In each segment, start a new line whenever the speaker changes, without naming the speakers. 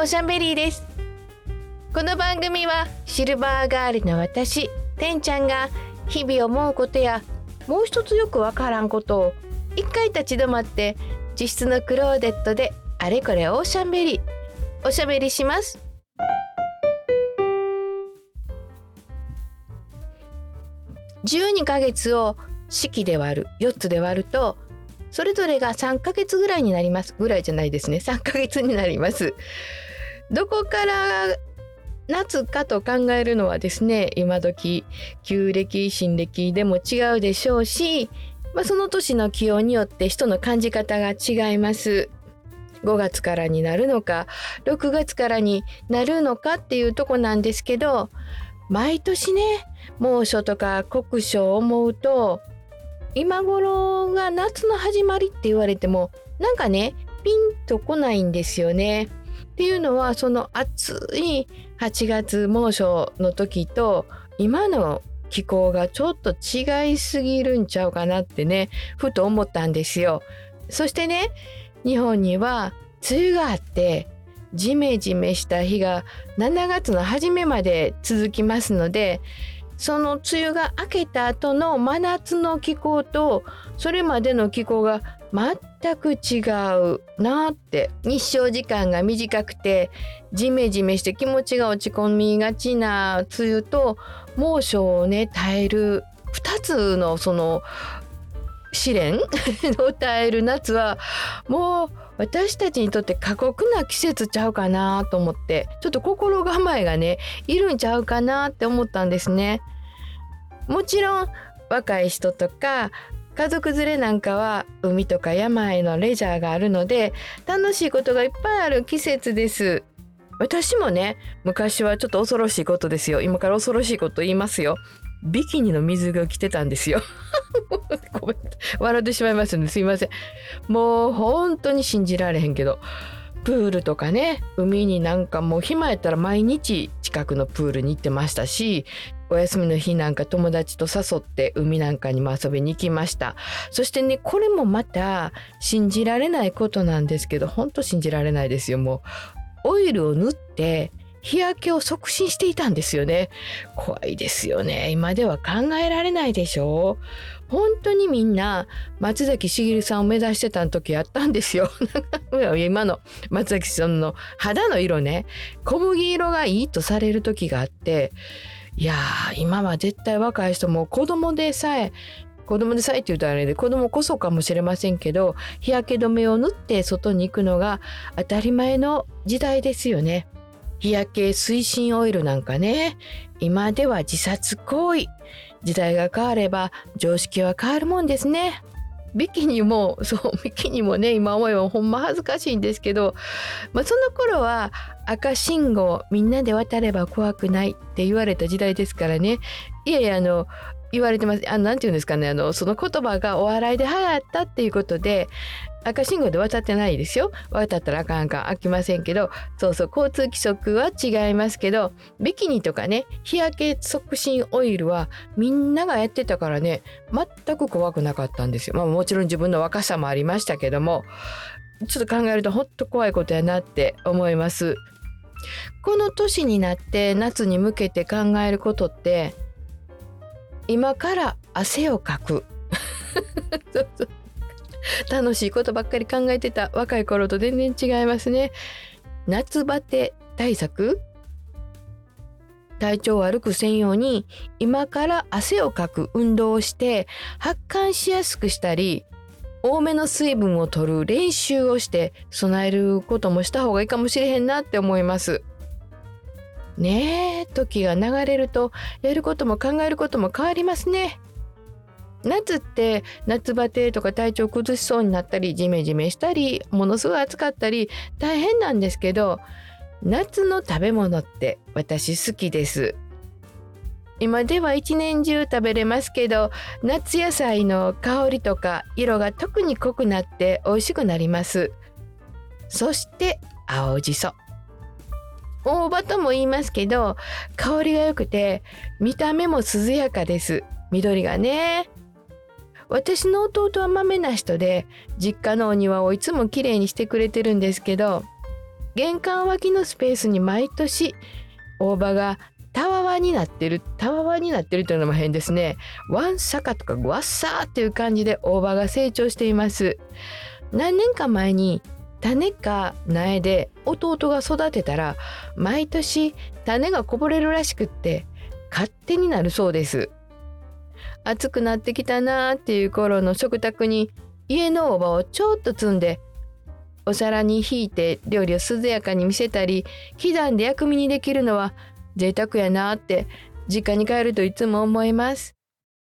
オーシャンベリーです。この番組はシルバーガールの私てんちゃんが日々思うことやもう一つよくわからんことを一回立ち止まって自室のクローゼットであれこれオーシャンベリーおしゃべりします。12ヶ月を式で割る4つで割るとそれぞれが3ヶ月ぐらいになります。ぐらいじゃないですね、3ヶ月になります。どこから夏かと考えるのはですね、今時旧暦新暦でも違うでしょうし、その年の気温によって人の感じ方が違います。5月からになるのか6月からになるのかっていうとこなんですけど、毎年ね猛暑とか酷暑を思うと今頃が夏の始まりって言われてもなんかねピンとこないんですよね。っていうのはその暑い8月猛暑の時と今の気候がちょっと違いすぎるんちゃうかなってねふと思ったんですよ。そしてね日本には梅雨があってジメジメした日が7月の初めまで続きますので、その梅雨が明けた後の真夏の気候とそれまでの気候が全く違うなって。日照時間が短くてジメジメして気持ちが落ち込みがちな梅雨と猛暑をね耐える2つのその試練を耐える夏はもう私たちにとって過酷な季節ちゃうかなと思って、ちょっと心構えがねいるんちゃうかなって思ったんですね。もちろん若い人とか家族連れなんかは海とか山へのレジャーがあるので楽しいことがいっぱいある季節です。私もね昔はちょっと恐ろしいことですよ。今から恐ろしいこと言いますよ。ビキニの水着を着てたんですよごめん笑ってしまいますのですいません。もう本当に信じられへんけど、プールとかね海になんかもう暇やったら毎日近くのプールに行ってましたし、お休みの日なんか友達と誘って海なんかにも遊びに行きました。そしてねこれもまた信じられないことなんですけど、本当信じられないですよ。もうオイルを塗って日焼けを促進していたんですよね。怖いですよね。今では考えられないでしょ。本当にみんな松崎しげるさんを目指してた時あったんですよ今の松崎さんの肌の色ね小麦色がいいとされる時があって、いや今は絶対若い人も子供でさえって言うとあれで子供こそかもしれませんけど日焼け止めを塗って外に行くのが当たり前の時代ですよね。日焼け推進オイルなんかね今では自殺行為。時代が変われば常識は変わるもんですね。ビキニもね今思えばほんま恥ずかしいんですけど、その頃は赤信号みんなで渡れば怖くないって言われた時代ですからね。いやいや言われてます。なんていうんですかね、その言葉がお笑いで流行ったっていうことで赤信号で渡ってないですよ。渡ったらあかん開きませんけど、交通規則は違いますけど、ビキニとかね日焼け促進オイルはみんながやってたからね全く怖くなかったんですよ。もちろん自分の若さもありましたけども、ちょっと考えると本当怖いことやなって思います。この年になって夏に向けて考えることって今から汗をかく楽しいことばっかり考えてた若い頃と全然違いますね。夏バテ対策、体調悪くせんように今から汗をかく運動をして発汗しやすくしたり多めの水分を取る練習をして備えることもした方がいいかもしれへんなって思いますね。時が流れるとやることも考えることも変わりますね。夏って夏バテとか体調崩しそうになったりジメジメしたりものすごい暑かったり大変なんですけど、夏の食べ物って私好きです。今では一年中食べれますけど夏野菜の香りとか色が特に濃くなって美味しくなります。そして青じそ、大葉とも言いますけど香りが良くて見た目も涼やかです。緑がね。私の弟はまめな人で実家のお庭をいつもきれいにしてくれてるんですけど、 玄関脇のスペースに毎年大葉がたわわになってるというのも変ですね。ワンサカとかワッサーっていう感じで大葉が成長しています。何年か前に種か苗で弟が育てたら毎年種がこぼれるらしくって勝手になるそうです。暑くなってきたなーっていう頃の食卓に家の大葉をちょっと摘んでお皿にひいて料理を涼やかに見せたり、被弾で薬味にできるのは贅沢やなーって実家に帰るといつも思います。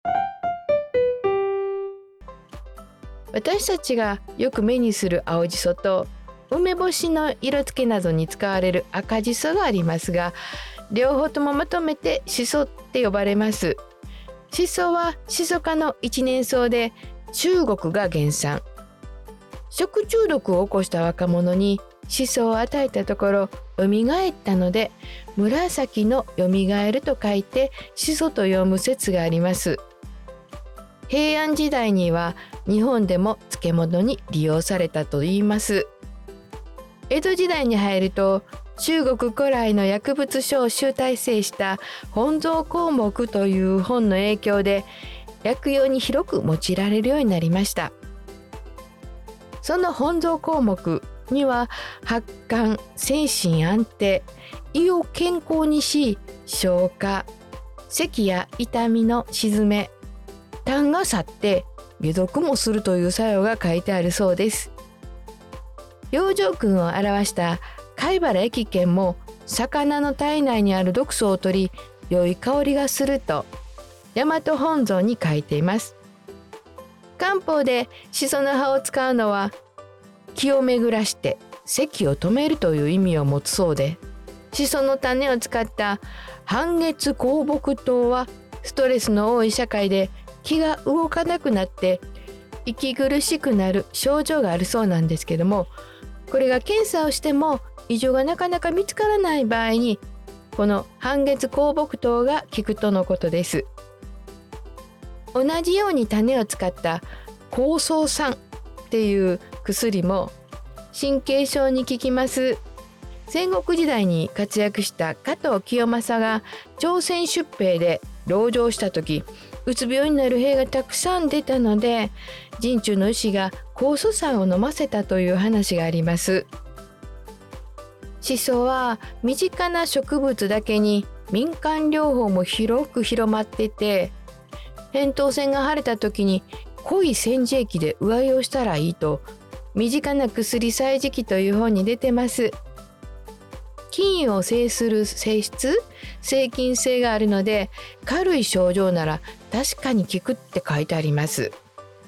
私たちがよく目にする青じそと梅干しの色付けなどに使われる赤じそがありますが、両方ともまとめてしそって呼ばれます。しそはシソ科の一年草で中国が原産。食中毒を起こした若者にしそを与えたところ蘇ったので、紫の蘇ると書いてしそと読む説があります。平安時代には日本でも漬物に利用されたといいます。江戸時代に入ると中国古来の薬物書を集大成した本草綱目という本の影響で薬用に広く用いられるようになりました。その本草項目には発汗、精神安定、胃を健康にし消化、咳や痛みの鎮め、痰が去って解毒もするという作用が書いてあるそうです。養生君を表した貝原益見も魚の体内にある毒素を取り良い香りがすると大和本草に書いています。漢方でシソの葉を使うのは気を巡らして咳を止めるという意味を持つそうで、シソの種を使った半月香木湯はストレスの多い社会で気が動かなくなって息苦しくなる症状があるそうなんですけども、これが検査をしても異常がなかなか見つからない場合にこの半月香木湯が効くとのことです。同じように種を使った香草酸っていう薬も神経症に効きます。戦国時代に活躍した加藤清正が朝鮮出兵で籠城した時、うつ病になる兵がたくさん出たので陣中の医師が酵素酸を飲ませたという話があります。シソは身近な植物だけに民間療法も広く広まってて、扁桃腺が腫れた時に濃い煎じ液でうがいをしたらいいと身近な薬歳時記という本に出てます。菌を制する性質、制菌性があるので軽い症状なら確かに効くって書いてあります。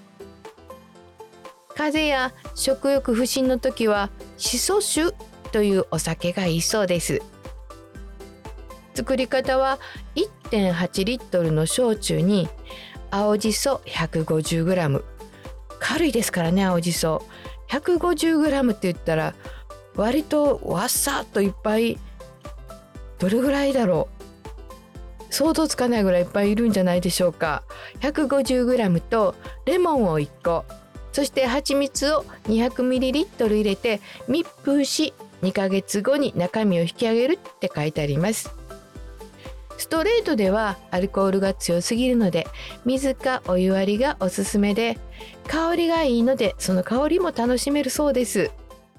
風邪や食欲不振の時はシソ酒というお酒がいいそうです。作り方は 1.8 リットルの焼酎に青じそ 150g、 軽いですからね。青じそ 150g って言ったら割とわっさっといっぱい、どれぐらいだろう、想像つかないぐらいいっぱいいるんじゃないでしょうか。 150g とレモンを1個、そして蜂蜜を 200ml 入れて密封し2ヶ月後に中身を引き上げるって書いてあります。ストレートではアルコールが強すぎるので水かお湯割りがおすすめで、香りがいいのでその香りも楽しめるそうです。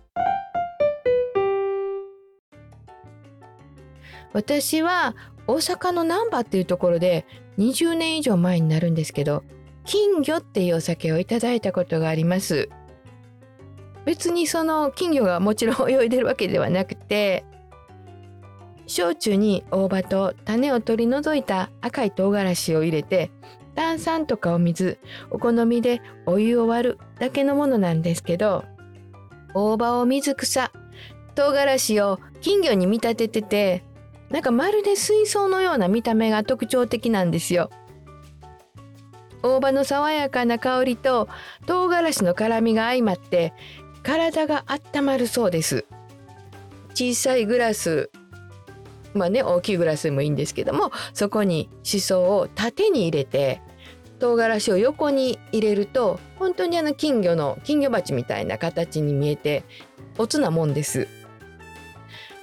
私は大阪の難波っていうところで20年以上前になるんですけど、金魚っていうお酒をいただいたことがあります。別にその金魚がもちろん泳いでるわけではなくて、焼酎に大葉と種を取り除いた赤い唐辛子を入れて、炭酸とかお水、お好みでお湯を割るだけのものなんですけど、大葉を水草、唐辛子を金魚に見立ててて、なんかまるで水槽のような見た目が特徴的なんですよ。大葉の爽やかな香りと唐辛子の辛みが相まって体が温まるそうです。小さいグラス、大きいグラスでもいいんですけども、そこにシソを縦に入れて唐辛子を横に入れると本当に金魚鉢みたいな形に見えておつなもんです。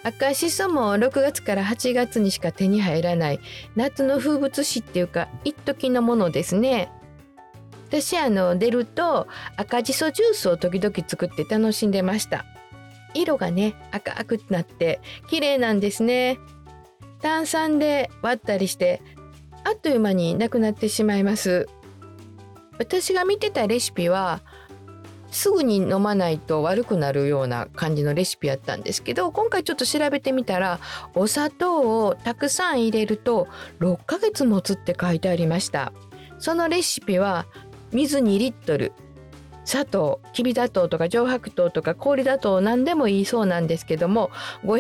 赤しそも6月から8月にしか手に入らない夏の風物詩っていうか一時のものですね。私出ると赤じそジュースを時々作って楽しんでました。色がね赤くなって綺麗なんですね。炭酸で割ったりしてあっという間になくなってしまいます。私が見てたレシピはすぐに飲まないと悪くなるような感じのレシピやったんですけど、今回ちょっと調べてみたらお砂糖をたくさん入れると6ヶ月持つって書いてありました。そのレシピは水2リットル、砂糖、きび砂糖とか上白糖とか氷砂糖何でもいいそうなんですけども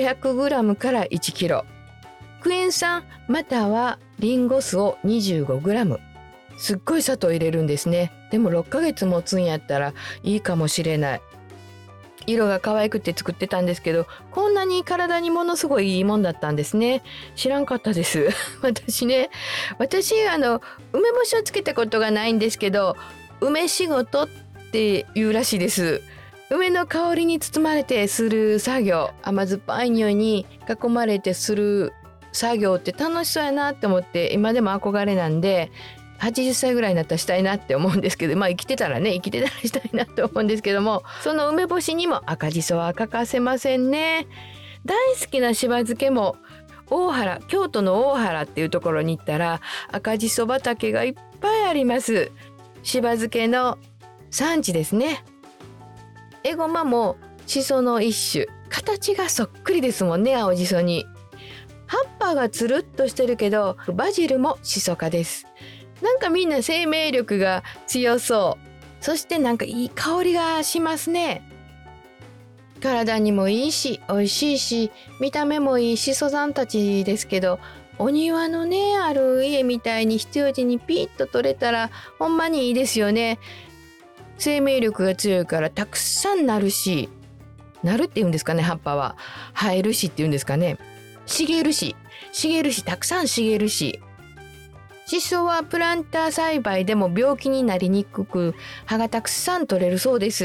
500g から 1kg、 クエン酸またはリンゴ酢を 25g、すっごい砂糖入れるんですね。でも6ヶ月持つんやったらいいかもしれない。色が可愛くて作ってたんですけど、こんなに体にものすごいいいもんだったんですね。知らんかったです私梅干しをつけたことがないんですけど、梅仕事っていうらしいです。梅の香りに包まれてする作業、甘酸っぱい匂いに囲まれてする作業って楽しそうやなって思って、今でも憧れなんで80歳ぐらいになったらしたいなって思うんですけど、生きてたらしたいなと思うんですけども、その梅干しにも赤じそは欠かせませんね。大好きなしば漬けも京都の大原っていうところに行ったら赤じそ畑がいっぱいあります。しば漬けの産地ですね。エゴマもしその一種、形がそっくりですもんね、青じそに。葉っぱがつるっとしてるけどバジルもシソ科です。なんかみんな生命力が強そう。そしてなんかいい香りがしますね。体にもいいし美味しいし見た目もいいしそさんたちですけど、お庭のねある家みたいに必要時にピッと取れたらほんまにいいですよね。生命力が強いからたくさんなるし、なるって言うんですかね、葉っぱは生えるしって言うんですかね、茂るしたくさん茂るし。シソはプランター栽培でも病気になりにくく葉がたくさん取れるそうです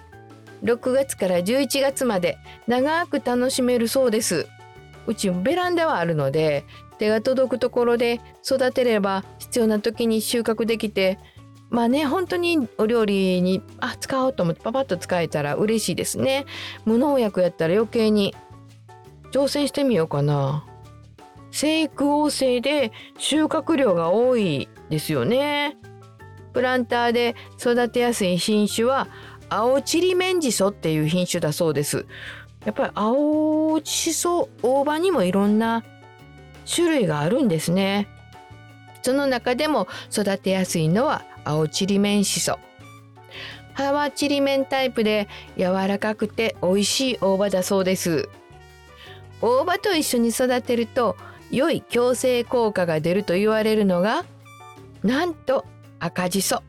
。6月から11月まで長く楽しめるそうです。うちベランダはあるので手が届くところで育てれば必要な時に収穫できて、本当にお料理に使おうと思ってパパッと使えたら嬉しいですね。無農薬やったら余計に挑戦してみようかな。生育旺盛で収穫量が多いですよね。プランターで育てやすい品種は青ちりめんじそっていう品種だそうです。やっぱり青しそ、大葉にもいろんな種類があるんですね。その中でも育てやすいのは青ちりめんしそ。葉はちりめんタイプで柔らかくて美味しい大葉だそうです。大葉と一緒に育てると良い共生効果が出ると言われるのがなんと赤じそ。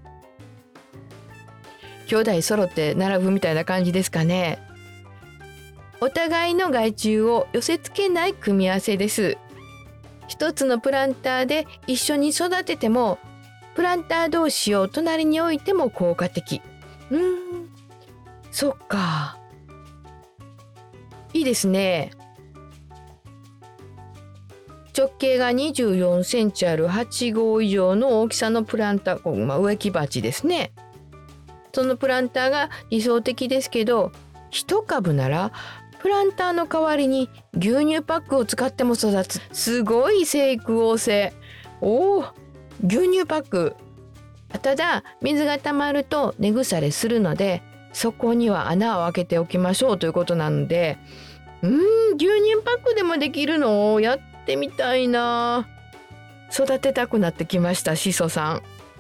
兄弟揃って並ぶみたいな感じですかね。お互いの害虫を寄せ付けない組み合わせです。一つのプランターで一緒に育ててもプランター同士を隣に置いても効果的。そっか、いいですね。直径が24センチある8号以上の大きさのプランター、植木鉢ですね。そのプランターが理想的ですけど、一株ならプランターの代わりに牛乳パックを使っても育つ。すごい生育旺盛。牛乳パック。ただ水が溜まると根腐れするので、そこには穴を開けておきましょうということなので、牛乳パックでもできるのをやってみたいな。育てたくなってきました、しそさん。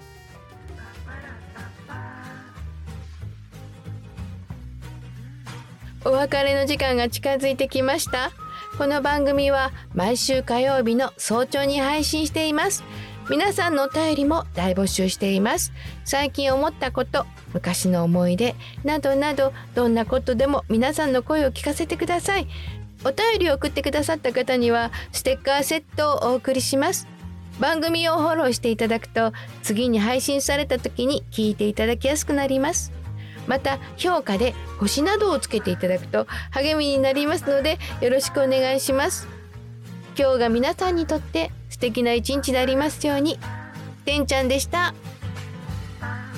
お別れの時間が近づいてきました。この番組は毎週火曜日の早朝に配信しています。皆さんのお便りも大募集しています。最近思ったこと、昔の思い出などなど、どんなことでも皆さんの声を聞かせてください。お便りを送ってくださった方にはステッカーセットをお送りします。番組をフォローしていただくと次に配信された時に聞いていただきやすくなります。 また評価で星などをつけていただくと励みになりますので、よろしくお願いします。今日が皆さんにとって素敵な一日でありますように。てんちゃんでした。